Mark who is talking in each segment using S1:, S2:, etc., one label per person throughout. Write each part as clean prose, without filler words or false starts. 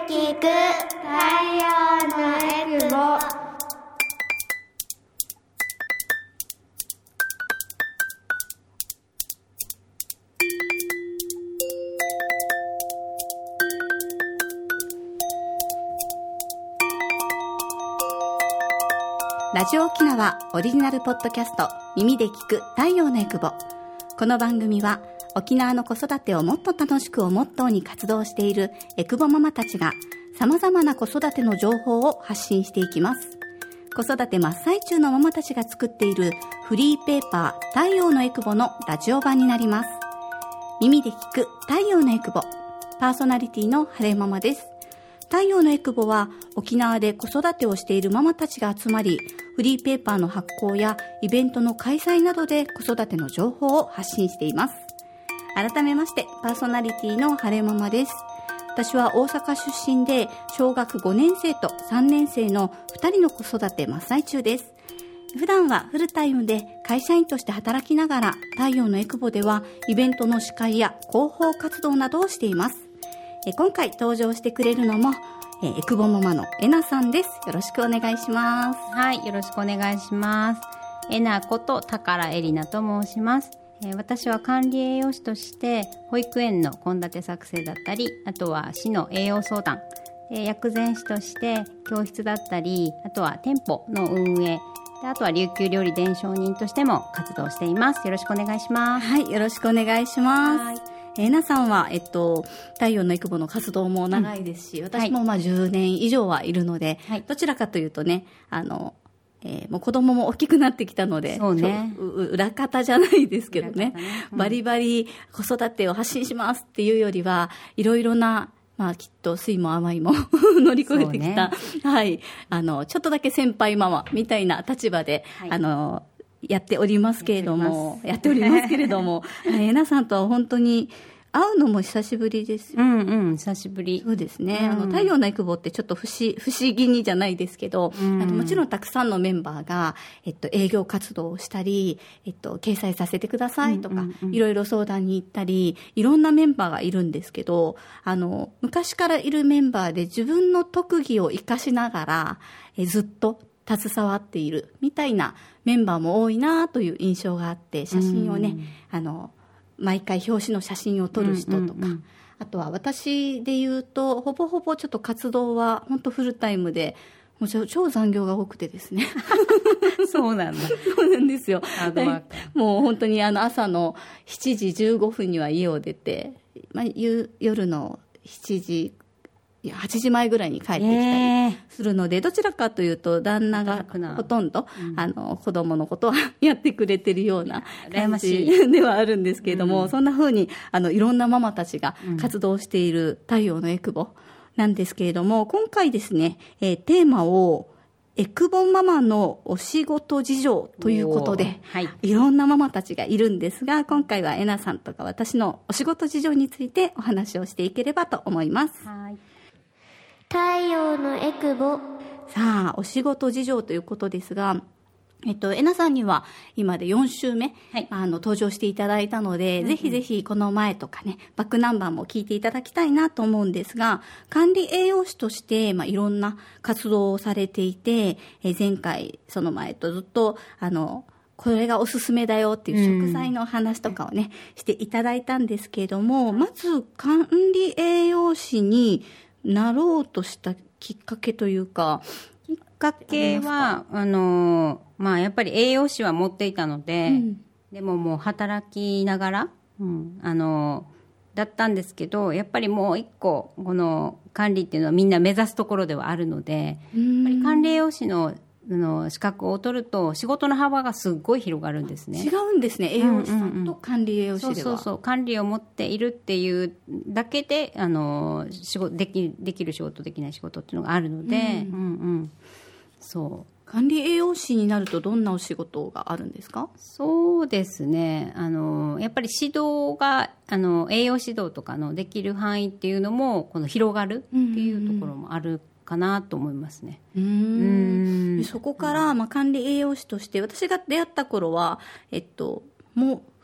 S1: 聞く太陽のエクボ。
S2: ラジオ沖縄オリジナルポッドキャスト、耳で聞く太陽のエクボ。この番組は沖縄の子育てをもっと楽しくをモットーに活動しているエクボママたちが様々な子育ての情報を発信していきます。子育て真っ最中のママたちが作っているフリーペーパー太陽のエクボのラジオ版になります。耳で聞く太陽のエクボ、パーソナリティの晴れママです。太陽のエクボは沖縄で子育てをしているママたちが集まり、フリーペーパーの発行やイベントの開催などで子育ての情報を発信しています。改めましてパーソナリティの晴れママです。私は大阪出身で小学5年生と3年生の2人の子育て真っ最中です。普段はフルタイムで会社員として働きながら、太陽のエクボではイベントの司会や広報活動などをしています。今回登場してくれるのもエクボママのえなさんです。よろしくお願いします。
S3: はい、よろしくお願いします。えなこと宝えりなと申します。私は管理栄養士として保育園の献立作成だったり、あとは市の栄養相談、薬膳師として教室だったり、あとは店舗の運営で、あとは琉球料理伝承人としても活動しています。よろしくお願いします。
S2: はい、よろしくお願いします。えなさんは、太陽のエクボの活動も長いですし、私も10年以上はいるので、どちらかというとね、もう子供も大きくなってきたので、
S3: そうね、
S2: 裏方じゃないですけどね、バリバリ子育てを発信しますっていうよりは、いろいろな、きっと酸いも甘いも乗り越えてきた、はい、ちょっとだけ先輩ママみたいな立場で、やっておりますけれども、えなさんとは本当に会うのも久しぶりですよ。
S3: 久しぶり。
S2: そうですね。太陽のエクボってちょっと不思議にじゃないですけど、もちろんたくさんのメンバーが、営業活動をしたり、掲載させてくださいとか、いろいろ相談に行ったり、いろんなメンバーがいるんですけど、昔からいるメンバーで自分の特技を活かしながら、ずっと携わっているみたいなメンバーも多いなという印象があって、写真をね、毎回表紙の写真を撮る人とか、あとは私で言うとほぼほぼちょっと活動は本当フルタイムで、もう超残業が多くてですね
S3: そうなんだ。
S2: そうなんですよ。もう本当に朝の7時15分には家を出て、夜の7時8時前ぐらいに帰ってきたりするので、どちらかというと旦那がほとんど、子供のことはやってくれてるような感じではあるんですけれども、そんな風にいろんなママたちが活動している太陽のエクボなんですけれども、今回ですね、テーマをエクボママのお仕事事情ということで、いろんなママたちがいるんですが、今回はえなさんとか私のお仕事事情についてお話をしていければと思います。
S1: 太陽のエクボ。
S2: さあ、お仕事事情ということですが、えなさんには今で4週目、登場していただいたので、ぜひぜひこの前とかね、バックナンバーも聞いていただきたいなと思うんですが、管理栄養士として、いろんな活動をされていて、前回、その前とずっと、これがおすすめだよっていう食材の話とかをね、していただいたんですけれども、まず管理栄養士になろうとしたきっかけというか。
S3: きっかけはやっぱり栄養士は持っていたので、でももう働きながら、だったんですけど、やっぱりもう一個この管理っていうのはみんな目指すところではあるので、やっぱり管理栄養士の資格を取ると仕事の幅がすっごい広がるんですね。
S2: 違うんですね、栄養士さんと管理栄養士では。
S3: そう管理を持っているっていうだけでできる仕事できない仕事っていうのがあるので、そう
S2: 管理栄養士になるとどんなお仕事があるんですか？
S3: そうですね、やっぱり指導が栄養指導とかのできる範囲っていうのもこの広がるっていうところもあるかなと思いますね。
S2: そこから、管理栄養士として私が出会った頃は、もう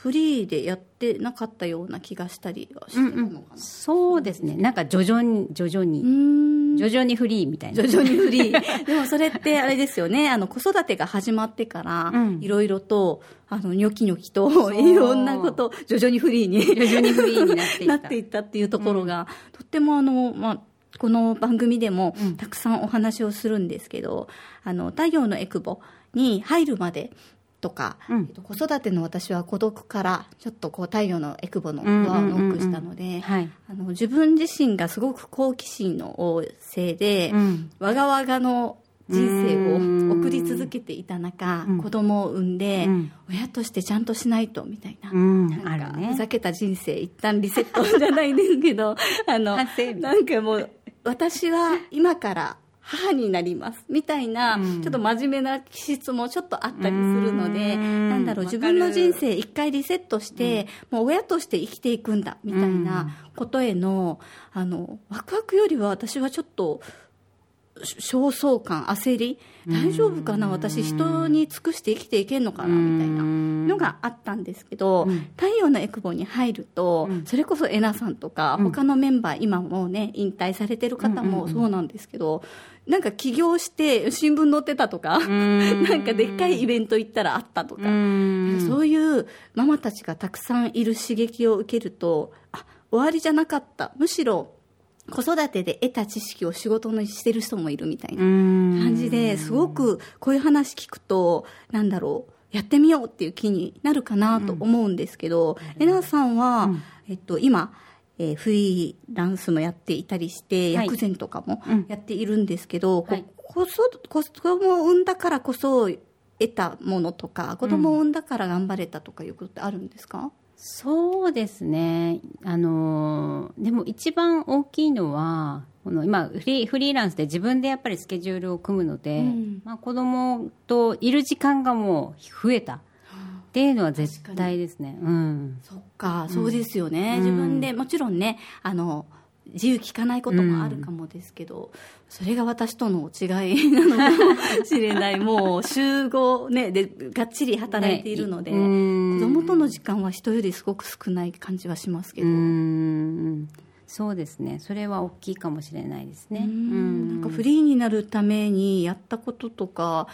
S2: フリーでやってなかったような気がしたりはしてるのかな、
S3: そうですね。なんか徐々にフリーみたいな。
S2: 徐々にフリー。でもそれってあれですよね。子育てが始まってから、いろいろと、ニョキニョキと、いろんなこと、徐々にフリーになっていったっていうところが、とってもこの番組でもたくさんお話をするんですけど、太陽のエクボに入るまでとか、子育ての私は孤独からちょっと太陽のエクボのドアをノックしたので、自分自身がすごく好奇心の旺盛で、わがわがの人生を送り続けていた中、子供を産んで、親としてちゃんとしないとみたいな、なんかふざけた人生一旦リセットじゃないですけどなんかもう私は今から母になりますみたいな、ちょっと真面目な気質もちょっとあったりするので、自分の人生一回リセットして、もう親として生きていくんだみたいなことへの、ワクワクよりは私はちょっと焦燥感、焦り、大丈夫かな、私人に尽くして生きていけんのかなみたいなのがあったんですけど、太陽のエクボに入ると、それこそエナさんとか、他のメンバー、今もうね引退されてる方もそうなんですけど、なんか起業して新聞載ってたとか、なんかでっかいイベント行ったらあったとか、そういうママたちがたくさんいる刺激を受けると、終わりじゃなかった、むしろ子育てで得た知識を仕事にしてる人もいるみたいな感じで、すごくこういう話聞くと、やってみようっていう気になるかなと思うんですけど、エナさんは、今、フリーランスもやっていたりして、薬膳とかもやっているんですけど、子供を産んだからこそ得たものとか、子供を産んだから頑張れたとかいうことってあるんですか？
S3: そうですね。でも一番大きいのは、今フリーランスで自分でやっぱりスケジュールを組むので、子供といる時間がもう増えたっていうのは絶対ですね。
S2: そっか、そうですよね。自分でもちろんね、自由聞かないこともあるかもですけど、それが私との違いなのかもしれない。もう週5ねでがっちり働いているので、子供との時間は人よりすごく少ない感じはしますけど。
S3: そうですね。それは大きいかもしれないですね。
S2: なんかフリーになるためにやったこととか。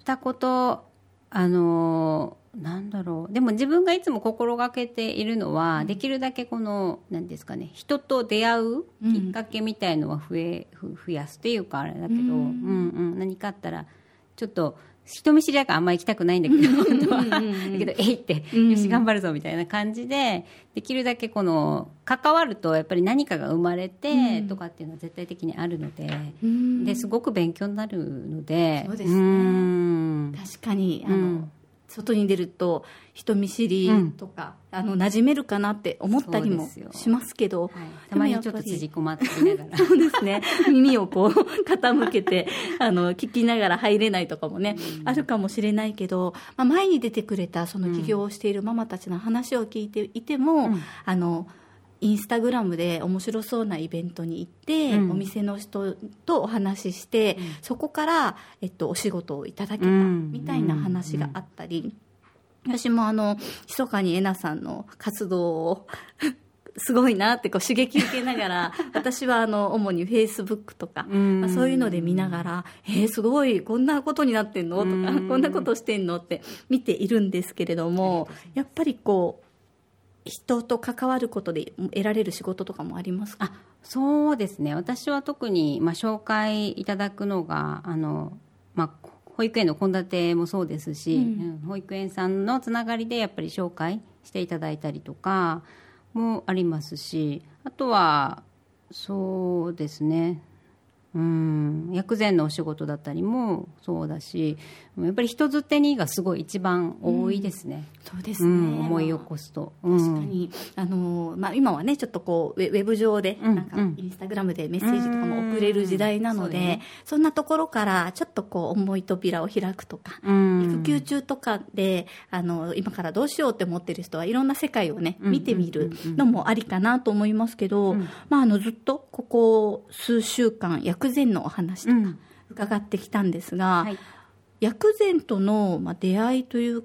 S3: でも自分がいつも心がけているのは、できるだけ何ですかね、人と出会うきっかけみたいのは増やすっていうかあれだけど、何かあったらちょっと人見知りだからあんまり行きたくないんだけど本当はだけどってよし頑張るぞみたいな感じで、できるだけ関わるとやっぱり何かが生まれてとかっていうのは絶対的にあるので、ですごく勉強になるので。
S2: そうですね。確かに外に出ると人見知りとか、馴染めるかなって思ったりもしますけど、
S3: たまにちょっと縮こまっていながら
S2: そうですね、耳を傾けて聞きながら入れないとかもね、あるかもしれないけど、前に出てくれたその起業をしているママたちの話を聞いていても、インスタグラムで面白そうなイベントに行って、お店の人とお話しして、そこから、お仕事をいただけたみたいな話があったり、私も密かにエナさんの活動をすごいなって刺激受けながら私は主にフェイスブックとか、そういうので見ながら、すごいこんなことになってんのとか、こんなことしてんのって見ているんですけれども、やっぱり人と関わることで得られる仕事とかもありますか？
S3: そうですね。私は特に、紹介いただくのが保育園の献立もそうですし、保育園さんのつながりでやっぱり紹介していただいたりとかもありますし、あとはそうですね、薬膳のお仕事だったりもそうだし、やっぱり人づてにがすごい一番多いですね。
S2: そうですね、
S3: 思い起こすと、
S2: 確かに今はねちょっとウェブ上でなんかインスタグラムでメッセージとかも送れる時代なので、そんなところからちょっと思い扉を開くとか、育休中とかで今からどうしようって思ってる人はいろんな世界をね見てみるのもありかなと思いますけど、ずっとここ数週間薬膳のお話とか伺ってきたんですが、薬膳との出会いというか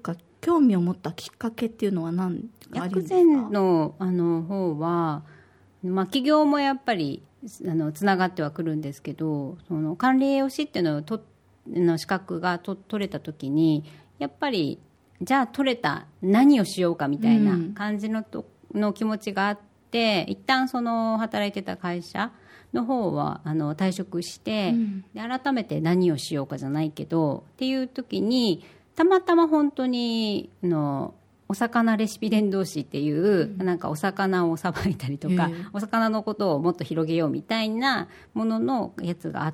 S2: 興味を持ったきっかけっていうのは何かあるんですか？
S3: 薬膳の方は、企業もやっぱりつながってはくるんですけど、その管理栄養士っていうの資格が取れた時に、やっぱりじゃあ取れた何をしようかみたいな感じの気持ちがあって、一旦その働いてた会社の方は退職して、で改めて何をしようかじゃないけどっていう時に、たまたま本当にお魚レシピ伝道師っていう、なんかお魚をさばいたりとか、お魚のことをもっと広げようみたいなもののやつがあって、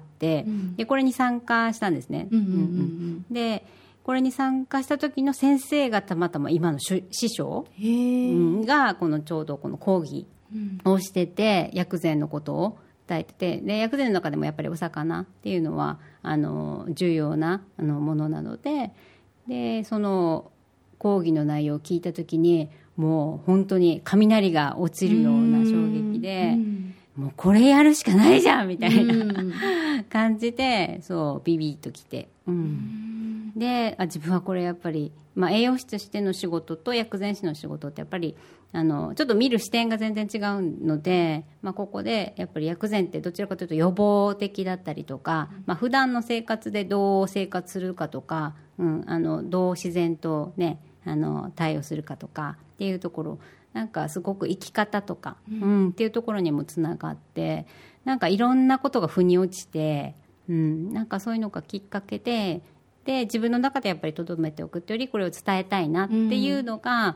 S3: でこれに参加したんですね。でこれに参加した時の先生がたまたま今の師匠がちょうどこの講義をしてて、薬膳のことを伝えてて、で薬膳の中でもやっぱりお魚っていうのは重要なものなので、でその講義の内容を聞いた時に、もう本当に雷が落ちるような衝撃で、もうこれやるしかないじゃんみたいな感じで、そうビビッときて、で自分はこれやっぱり、栄養士としての仕事と薬膳師の仕事ってやっぱりちょっと見る視点が全然違うので、ここでやっぱり薬膳ってどちらかというと予防的だったりとか、普段の生活でどう生活するかとか、どう自然とね対応するかとかっていうところ、なんかすごく生き方とか、っていうところにもつながって、なんかいろんなことが腑に落ちて、なんかそういうのがきっかけで、自分の中でやっぱり留めておくってよりこれを伝えたいなっていうのが、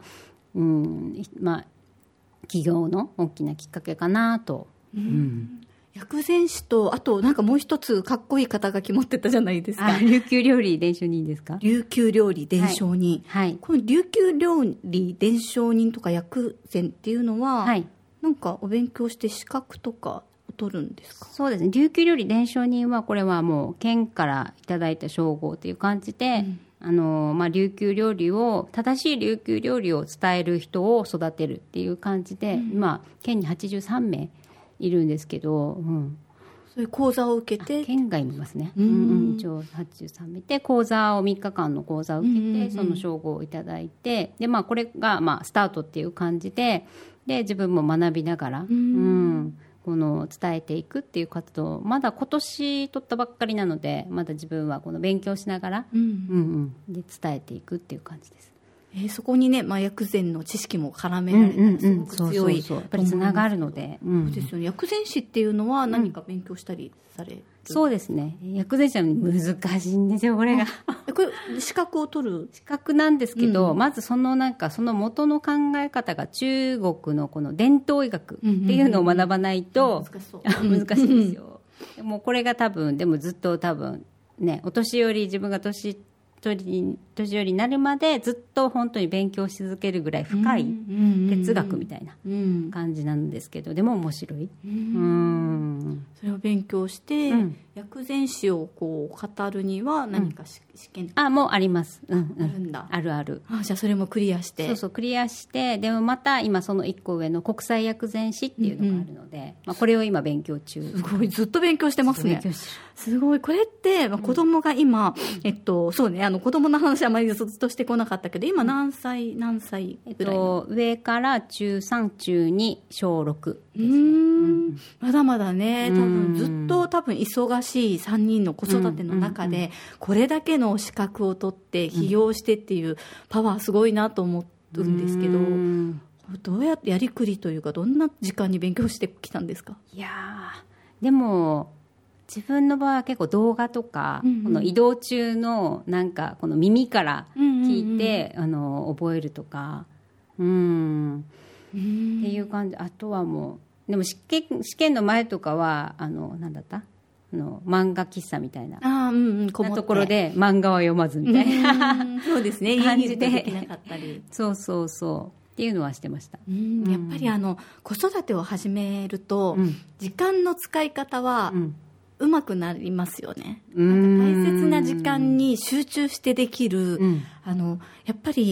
S3: 起業の大きなきっかけかなと。
S2: 薬膳師と、あとなんかもう一つかっこいい肩書き持ってたじゃないですか。
S3: 琉球料理伝承人ですか？
S2: 琉球料理伝承人、この琉球料理伝承人とか薬膳っていうのは、なんかお勉強して資格とかを取るんですか？
S3: そうですね、琉球料理伝承人はこれはもう県からいただいた称号っていう感じで、琉球料理を、正しい琉球料理を伝える人を育てるっていう感じで、今県に83名いるんですけど、
S2: そういう講座を受けて、
S3: 県外もいますね、一応83名で講座を3日間の講座を受けて、その称号をいただいて、でこれがスタートっていう感じで、自分も学びながら、この伝えていくっていう活動、まだ今年取ったばっかりなので、まだ自分はこの勉強しながら、で伝えていくっていう感じです。
S2: そこにね、薬膳の知識も絡められたらすごく強い、
S3: やっぱりつながるので、
S2: そうですよね。薬膳師っていうのは何か勉強したりされる？
S3: そうですね、薬膳師は難しいんですよ、これが。
S2: これ資格を取る？
S3: 資格なんですけど、まずその元の考え方が中国のこの伝統医学っていうのを学ばないと、難しいですよ。もうこれが多分、でもずっと多分ね、自分が年寄りになるまでずっと本当に勉強し続けるぐらい深い哲学みたいな感じなんですけど、でも面白い。
S2: それを勉強して、薬膳師をこう語るには何か試験
S3: もうあります。
S2: あるんだ。
S3: あるある。
S2: じゃあそれもクリアして。
S3: そうクリアして、でもまた今その1個上の国際薬膳師っていうのがあるので、これを今勉強中。
S2: すごい、ずっと勉強してますね。すごい。これって、子供が今、そうね、子供の話はあまりずっとしてこなかったけど、今何歳ぐらいの？
S3: 上から中3、中2、小6ですね。
S2: まだまだね、ずっと忙しい3人の子育ての中で、これだけの資格を取って起業してっていうパワーすごいなと思うんですけど、どうやってやりくりというか、どんな時間に勉強してきたんですか？
S3: いやでも自分の場合は結構動画とか、この移動中のなんかこの耳から聞いて、覚えるとか、っていう感じ。あとはもうでも試験の前とかはなんだった漫画喫茶みたいなところで漫画は読まずみたいな
S2: そうですね、
S3: 感じで
S2: できなかったり
S3: そうっていうのはしてました。
S2: やっぱり子育てを始めると、時間の使い方は、うまくなりますよね。なんか大切な時間に集中してできる、やっぱり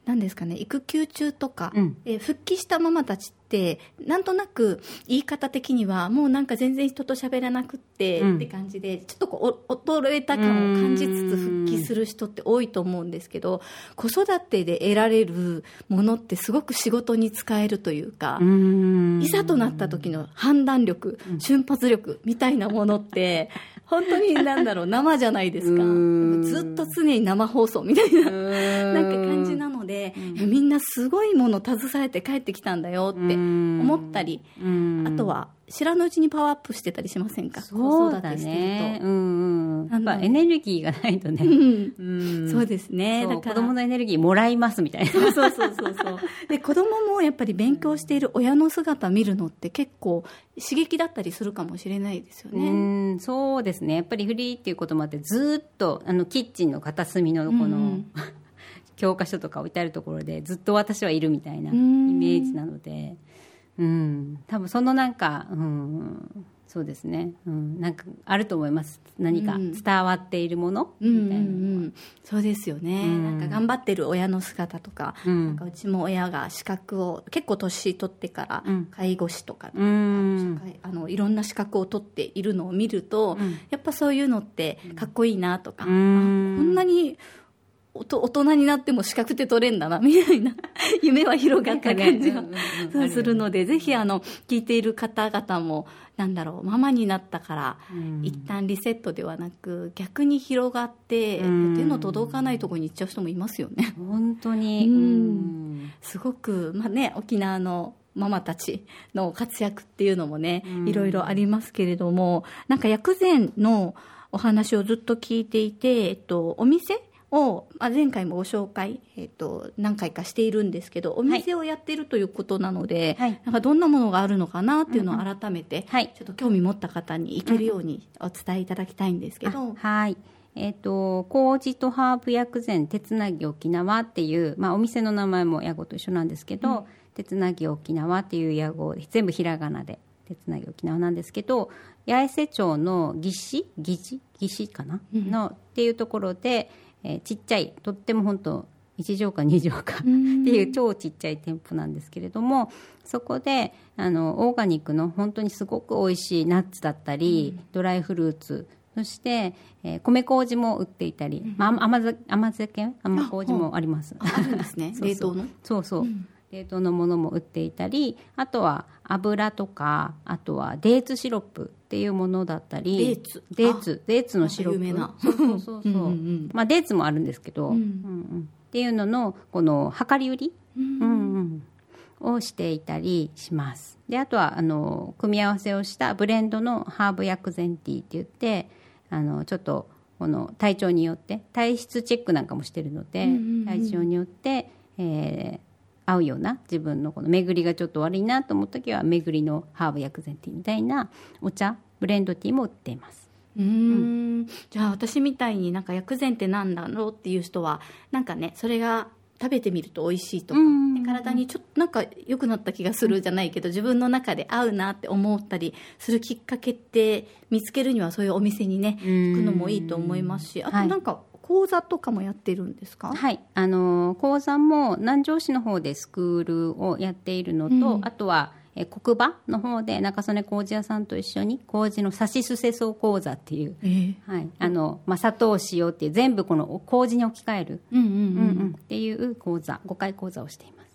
S2: 何ですかね、育休中とか、
S3: うん
S2: 復帰したママたちってなんとなく言い方的にはもうなんか全然人と喋らなくって、
S3: うん
S2: って感じでちょっとこう衰えた感を感じつつ復帰する人って多いと思うんですけど、子育てで得られるものってすごく仕事に使えるというか、いざとなった時の判断力、瞬発力みたいなものって本当に生じゃないですか。ずっと常に生放送みたいななんか感じなので、みんなすごいもの携えて帰ってきたんだよって思ったり、あとは知らぬうちにパワーアップしてたりしませんか？
S3: そうだね。やっぱエネルギーがないとね。
S2: そうですね。
S3: だから子供のエネルギーもらいますみたいな。
S2: そうで、子供もやっぱり勉強している親の姿見るのって結構刺激だったりするかもしれないですよね。
S3: そうですね。やっぱりフリーっていうこともあって、ずっとキッチンの片隅のこの、教科書とか置いてあるところでずっと私はいるみたいなイメージなので、多分そのなんか、そうですね、なんかあると思います。何か伝わっているものみたいなのは、
S2: そうですよね、なんか頑張ってる親の姿とか、なんかうちも親が資格を結構年取ってから介護士とか、いろんな資格を取っているのを見ると、やっぱそういうのってかっこいいなとか、こんなに大人になっても資格って取れんだなみたいな夢は広がった感じがするので、ぜひ聞いている方々もママになったから一旦リセットではなく、逆に広がって手の届かないところに行っちゃう人もいますよね。
S3: 本当に、
S2: すごく、沖縄のママたちの活躍っていうのもね、いろいろありますけれども、なんか薬膳のお話をずっと聞いていて、お店を前回もご紹介、何回かしているんですけど、お店をやっているということなので、なんかどんなものがあるのかなっていうのを改めて、ちょっと興味持った方に行けるようにお伝えいただきたいんですけど、
S3: はい麹とハーブ薬膳手つなぎ沖縄っていう、お店の名前も屋号と一緒なんですけど、手つなぎ沖縄っていう屋号で全部ひらがなで手つなぎ沖縄なんですけど、八重瀬町の義士かな、のっていうところで、ちっちゃい、とっても本当1畳か2畳かっていう超ちっちゃい店舗なんですけれども、そこでオーガニックの本当にすごく美味しいナッツだったり、ドライフルーツ、そして、米麹も売っていたり、甘麹もあります。
S2: あるんですね。冷凍の。
S3: そう、冷凍のものも売っていたり、あとは油とか、あとはデーツシロップっていうものだったり、デーツのシロップ、有名な、そう、デーツもあるんですけど、っていうののこの量り売り、をしていたりします。で、あとは組み合わせをしたブレンドのハーブ薬膳ティーって言って、ちょっとこの体調によって体質チェックなんかもしてるので、体調によって、合うような自分のこの巡りがちょっと悪いなと思うときは巡りのハーブ薬膳ティーみたいなお茶ブレンドティーも売っています。
S2: じゃあ私みたいになんか薬膳ってなんだろうっていう人はなんかね、それが食べてみると美味しいとか、体にちょっとなんか良くなった気がするじゃないけど、自分の中で合うなって思ったりするきっかけって見つけるには、そういうお店にね行くのもいいと思いますし、あとなんか講座とかもやってるんですか？
S3: はい、講座も南城市の方でスクールをやっているのと、あとは国場の方で中曽根麹屋さんと一緒に麹のさしすせそう講座っていう、砂糖塩っていう全部この麹に置き換えるっていう講座、5回講座をしています。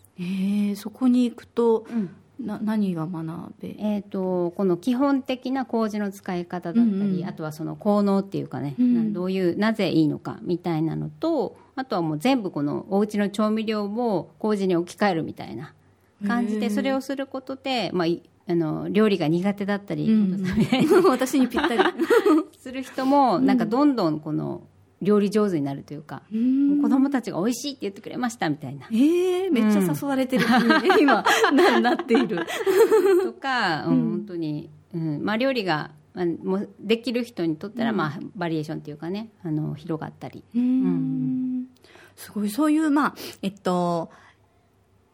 S2: そこに行くと、何が学べ、
S3: この基本的な麹の使い方だったり、あとはその効能っていうかね、どういうなぜいいのかみたいなのと、あとはもう全部このお家の調味料を麹に置き換えるみたいな感じで、それをすることで、料理が苦手だったり、
S2: 私にぴったり
S3: する人もなんかどんどんこの料理上手になるというか、子供たちが美味しいって言ってくれましたみたいな、
S2: めっちゃ誘われてる今なっている
S3: とか、本当に、料理がもうできる人にとったら、バリエーションっていうかね、広がったり、
S2: すごいそういう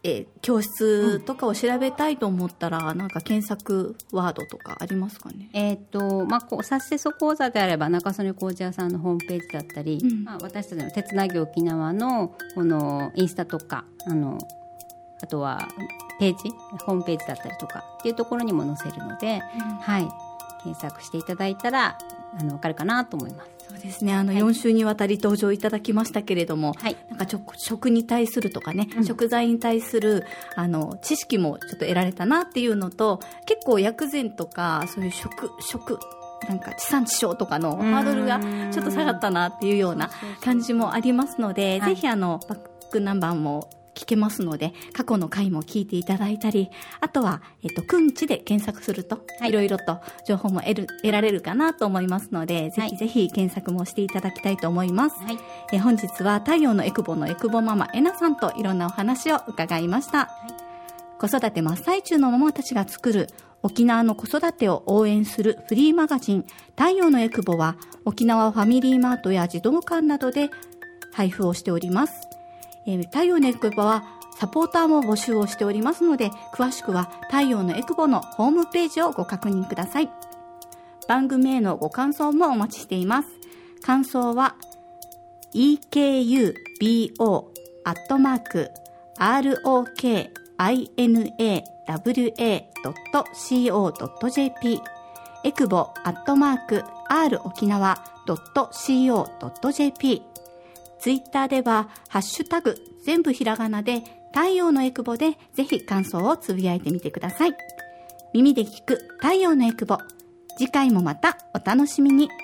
S2: 教室とかを調べたいと思ったら、なんか検索ワードとかありますかね。
S3: サステソ講座であれば中曽根工事屋さんのホームページだったり、私たちの手つなぎ沖縄のこのインスタとかあとはホームページだったりとかっていうところにも載せるので、検索していただいたら分かるかなと思います。
S2: そうですね。4週にわたり登場いただきましたけれども、なんか食に対するとかね、食材に対する知識もちょっと得られたなっていうのと、結構薬膳とかそういう食なんか地産地消とかのハードルがちょっと下がったなっていうような感じもありますので、ぜひバックナンバーも聞けますので、過去の回も聞いていただいたり、あとは、くんちで検索すると、いろいろと情報も得られるかなと思いますので、ぜひぜひ検索もしていただきたいと思います。本日は太陽のエクボのエクボママえなさんといろんなお話を伺いました。子育て真っ最中のママたちが作る沖縄の子育てを応援するフリーマガジン太陽のエクボは、沖縄ファミリーマートや児童館などで配布をしております。太陽のエクボはサポーターも募集をしておりますので、詳しくは太陽のエクボのホームページをご確認ください。番組へのご感想もお待ちしています。感想は ekubo@rokinawa.co.jp エクボ@rokinawa.co.jp。ツイッターではハッシュタグ全部ひらがなで太陽のエクボでぜひ感想をつぶやいてみてください。耳で聞く太陽のエクボ、次回もまたお楽しみに。